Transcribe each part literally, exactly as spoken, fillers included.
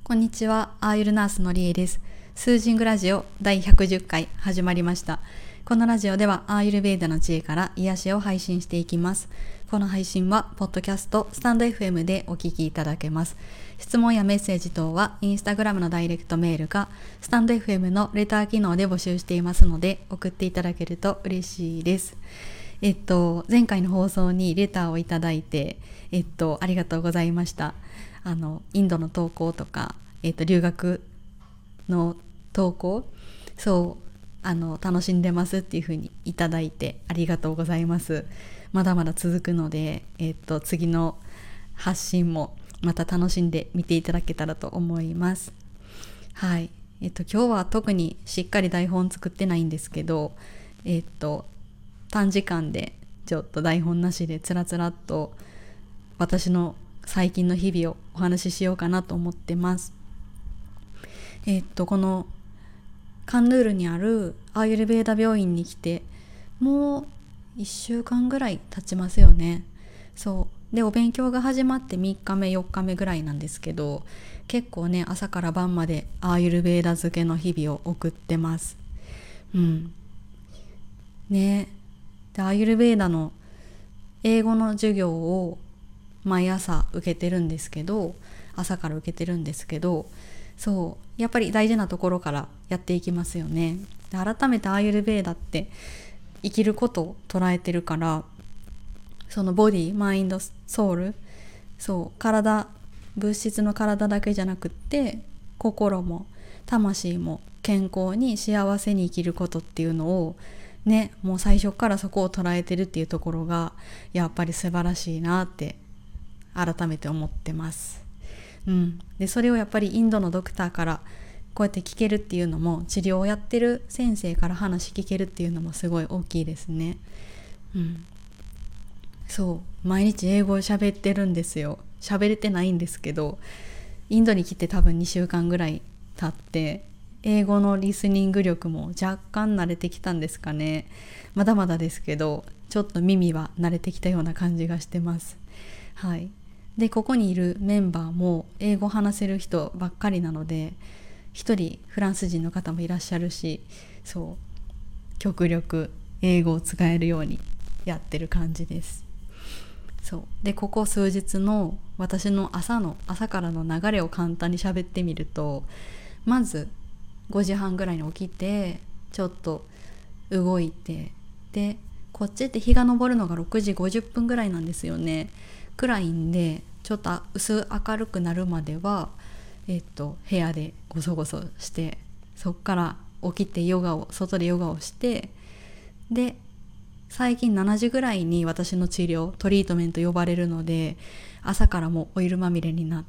こんにちは、アーユルナースのりえです。スージングラジオだいひゃくじゅっかい始まりました。このラジオではアーユルベーダの知恵から癒しを配信していきます。この配信はポッドキャスト、スタンド エフエム でお聞きいただけます。質問やメッセージ等はインスタグラムのダイレクトメールかスタンド エフエム のレター機能で募集していますので、送っていただけると嬉しいです。えっと前回の放送にレターをいただいて、えっとありがとうございました。あのインドの投稿とか、えっと留学の投稿、そうあの楽しんでますっていう風にいただいてありがとうございます。まだまだ続くので、えっと次の発信もまた楽しんで見ていただけたらと思います。はい、えっと今日は特にしっかり台本作ってないんですけど、えっと短時間でちょっと台本なしでつらつらっと私の最近の日々をお話ししようかなと思ってます。えっとこのカンヌールにあるアーユルベーダ病院に来てもういっしゅうかんぐらい経ちますよね。そうでお勉強が始まってみっかめよっかめぐらいなんですけど、結構ね朝から晩までアーユルベーダ漬けの日々を送ってます。うんねでアーユルベーダの英語の授業を毎朝受けてるんですけど朝から受けてるんですけどそうやっぱり大事なところからやっていきますよね。で改めてアーユルベーダって生きることを捉えてるから、そのボディ、マインド、ソウル、そう体、物質の体だけじゃなくって心も魂も健康に幸せに生きることっていうのをね、もう最初からそこを捉えてるっていうところがやっぱり素晴らしいなって改めて思ってます。うん、でそれをやっぱりインドのドクターからこうやって聞けるっていうのも、治療をやってる先生から話聞けるっていうのもすごい大きいですね。うん、そう毎日英語を喋ってるんですよ。喋れてないんですけど、インドに来て多分にしゅうかんぐらい経って英語のリスニング力も若干慣れてきたんですかね。まだまだですけどちょっと耳は慣れてきたような感じがしてます。はい。でここにいるメンバーも英語を話せる人ばっかりなので、一人フランス人の方もいらっしゃるし、そう極力英語を使えるようにやってる感じです。そうでここ数日の私の朝の朝からの流れを簡単に喋ってみると、まずごじはんぐらいに起きてちょっと動いて、でこっちって日が昇るのがろくじごじゅっぷんぐらいなんですよね。暗いんでちょっと薄明るくなるまでは、えっと、部屋でゴソゴソして、そっから起きてヨガを外でヨガをして、で最近しちじぐらいに私の治療トリートメント呼ばれるので、朝からもうオイルまみれになって、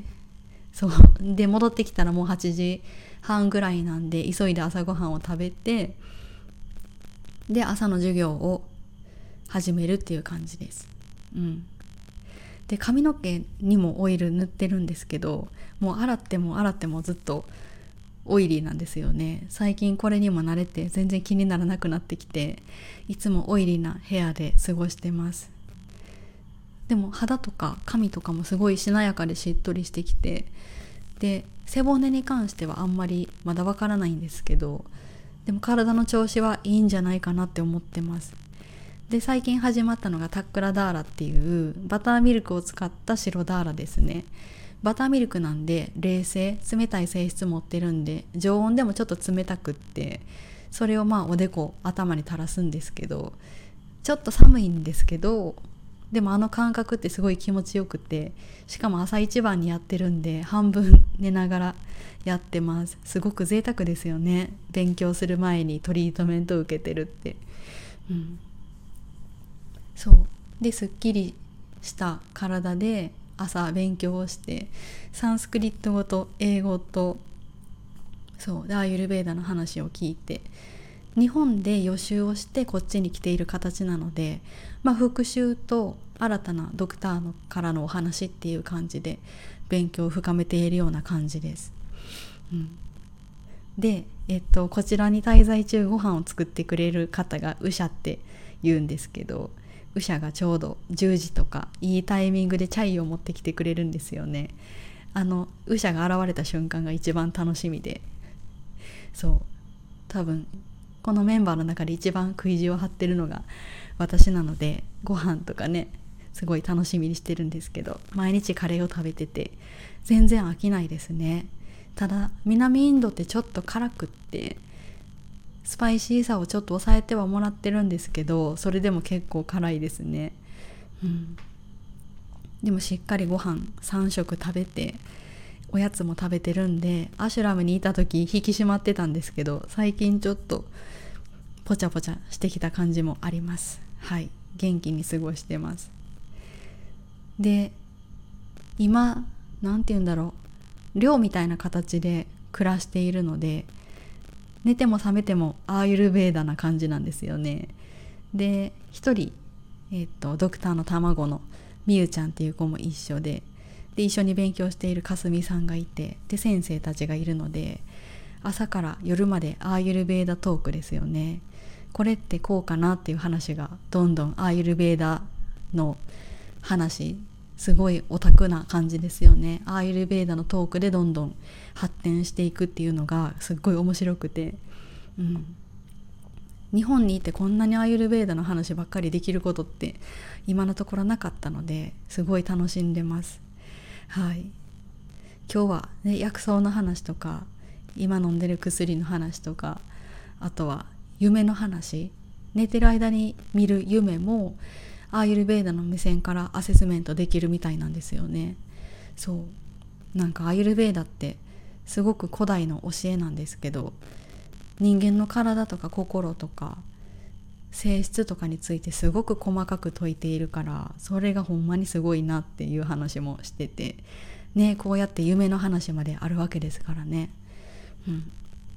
そうで戻ってきたらもうはちじはんぐらいなんで、急いで朝ごはんを食べて、で朝の授業を始めるっていう感じです。うんで髪の毛にもオイル塗ってるんですけど、もう洗っても洗ってもずっとオイリーなんですよね。最近これにも慣れて全然気にならなくなってきて、いつもオイリーな部屋で過ごしてます。でも肌とか髪とかもすごいしなやかでしっとりしてきて、で背骨に関してはあんまりまだわからないんですけど、でも体の調子はいいんじゃないかなって思ってます。で最近始まったのがタックラダーラっていうバターミルクを使った白ダーラですね。バターミルクなんで冷静、冷たい性質持ってるんで、常温でもちょっと冷たくって、それをまあおでこ頭に垂らすんですけど、ちょっと寒いんですけど、でもあの感覚ってすごい気持ちよくて、しかも朝一番にやってるんで半分寝ながらやってます。すごく贅沢ですよね。勉強する前にトリートメントを受けてるって、うん、そうですっきりした体で朝勉強をして、サンスクリット語と英語とそうでアーユルベーダの話を聞いて、日本で予習をしてこっちに来ている形なので、まあ、復習と新たなドクターのからのお話っていう感じで勉強を深めているような感じです。うん、で、えっと、こちらに滞在中ご飯を作ってくれる方がウシャって言うんですけど、ウシャがちょうどじゅうじとかいいタイミングでチャイを持ってきてくれるんですよね。 あのウシャが現れた瞬間が一番楽しみで、そう多分このメンバーの中で一番食い意地を張ってるのが私なので、ご飯とかねすごい楽しみにしてるんですけど、毎日カレーを食べてて全然飽きないですね。ただ南インドってちょっと辛くってスパイシーさをちょっと抑えてはもらってるんですけど、それでも結構辛いですね、うん、でもしっかりご飯さん食食べておやつも食べてるんで、アシュラムにいた時引き締まってたんですけど、最近ちょっとポチャポチャしてきた感じもあります。はい、元気に過ごしてます。で今なんて言うんだろう、寮みたいな形で暮らしているので、寝ても覚めてもアーユルヴェーダな感じなんですよね。で一人、えー、っとドクターの卵のみゆちゃんっていう子も一緒で、で一緒に勉強しているかすみさんがいて、で先生たちがいるので、朝から夜までアーユルヴェーダトークですよね。これってこうかなっていう話がどんどん、アーユルヴェーダの話すごいオタクな感じですよね。アーユルヴェーダのトークでどんどん発展していくっていうのがすっごい面白くて、うん、日本にいてこんなにアーユルヴェーダの話ばっかりできることって今のところなかったので、すごい楽しんでます。はい、今日は、ね、薬草の話とか今飲んでる薬の話とか、あとは夢の話、寝てる間に見る夢もアーユルヴェーダの目線からアセスメントできるみたいなんですよね。そうなんかアーユルヴェーダってすごく古代の教えなんですけど、人間の体とか心とか性質とかについてすごく細かく説いているから、それがほんまにすごいなっていう話もしててね、こうやって夢の話まであるわけですからね、うん、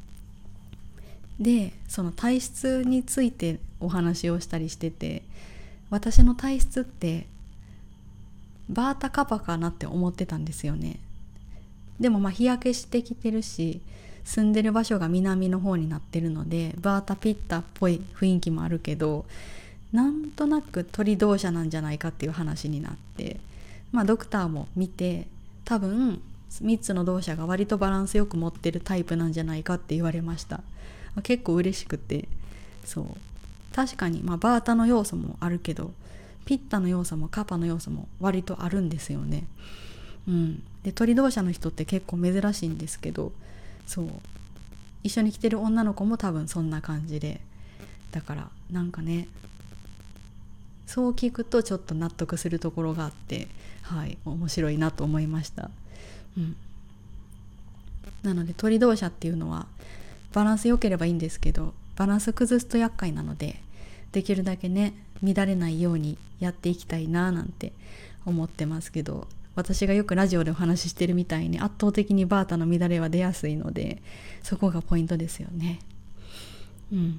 でその体質についてお話をしたりしてて、私の体質ってバータカパかなって思ってたんですよね。でもまあ日焼けしてきてるし、住んでる場所が南の方になってるのでバータピッタっぽい雰囲気もあるけど、なんとなく鳥同社なんじゃないかっていう話になって、まあドクターも見て、多分みっつの同社が割とバランスよく持ってるタイプなんじゃないかって言われました。結構嬉しくて、そう確かにまあバータの要素もあるけどピッタの要素もカパの要素も割とあるんですよね、うん、で鳥同社の人って結構珍しいんですけど、そう一緒に来てる女の子も多分そんな感じで、だからなんかね、そう聞くとちょっと納得するところがあって、はい面白いなと思いました、うん、なので鳥同社っていうのはバランス良ければいいんですけど、バランス崩すと厄介なので、できるだけね乱れないようにやっていきたいななんて思ってますけど、私がよくラジオでお話ししてるみたいに圧倒的にバータの乱れは出やすいので、そこがポイントですよね。うん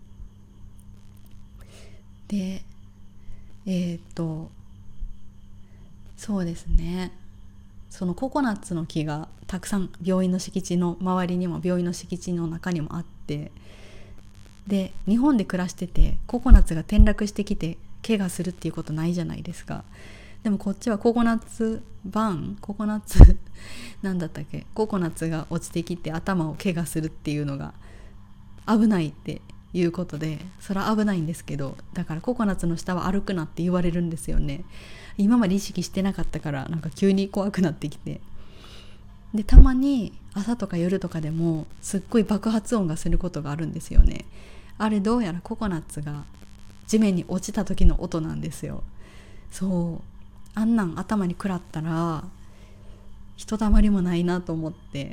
でえー、っとそうですね、そのココナッツの木がたくさん病院の敷地の周りにも病院の敷地の中にもあって、で日本で暮らしててココナッツが転落してきて怪我するっていうことないじゃないですか。でもこっちはココナッツバーンココナッツなんだったっけ、ココナッツが落ちてきて頭を怪我するっていうのが危ないっていうことで、それは危ないんですけど、だからココナッツの下は歩くなって言われるんですよね。今まで意識してなかったから、なんか急に怖くなってきて、でたまに朝とか夜とかでもすっごい爆発音がすることがあるんですよね。あれどうやらココナッツが地面に落ちた時の音なんですよ。そうあんなん頭に食らったらひとたまりもないなと思って、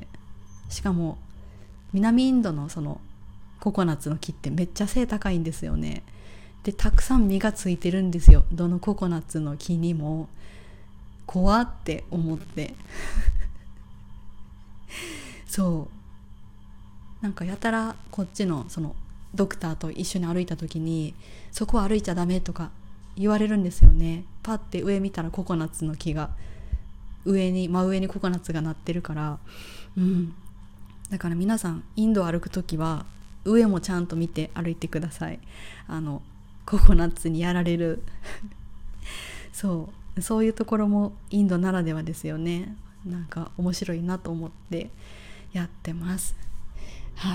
しかも南インドのそのココナッツの木ってめっちゃ背高いんですよね。でたくさん実がついてるんですよ、どのココナッツの木にも。怖って思ってそうなんかやたらこっちのそのドクターと一緒に歩いた時に、そこは歩いちゃダメとか言われるんですよね。パッて上見たらココナッツの木が上に真上にココナッツがなってるから、うん、だから皆さんインドを歩く時は上もちゃんと見て歩いてください。あのココナッツにやられるそうそういうところもインドならではですよね。 なんか面白いなと思ってやってます。はい。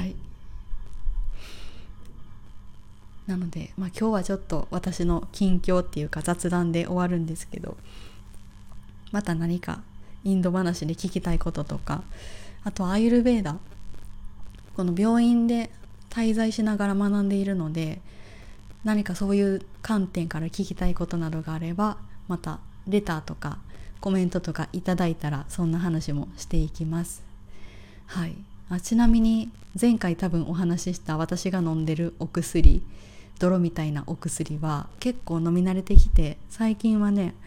なので、まあ、今日はちょっと私の近況っていうか雑談で終わるんですけど、また何かインド話で聞きたいこととか、あとアーユルヴェーダ、この病院で滞在しながら学んでいるので、何かそういう観点から聞きたいことなどがあれば、またレターとかコメントとかいただいたら、そんな話もしていきます。はい。あ、ちなみに前回多分お話しした私が飲んでるお薬、泥みたいなお薬は結構飲み慣れてきて、最近はね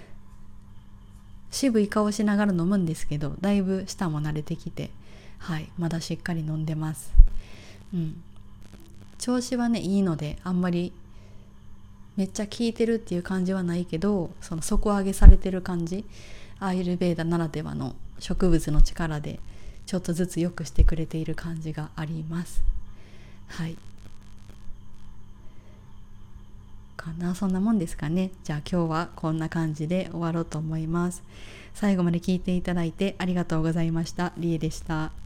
渋い顔しながら飲むんですけど、だいぶ舌も慣れてきて、はい、まだしっかり飲んでます。うん、調子はねいいので、あんまりめっちゃ効いてるっていう感じはないけど、その底上げされてる感じ、アーユルヴェーダならではの植物の力でちょっとずつ良くしてくれている感じがあります。はい、かな、そんなもんですかね。じゃあ今日はこんな感じで終わろうと思います。最後まで聞いていただいてありがとうございました。りえでした。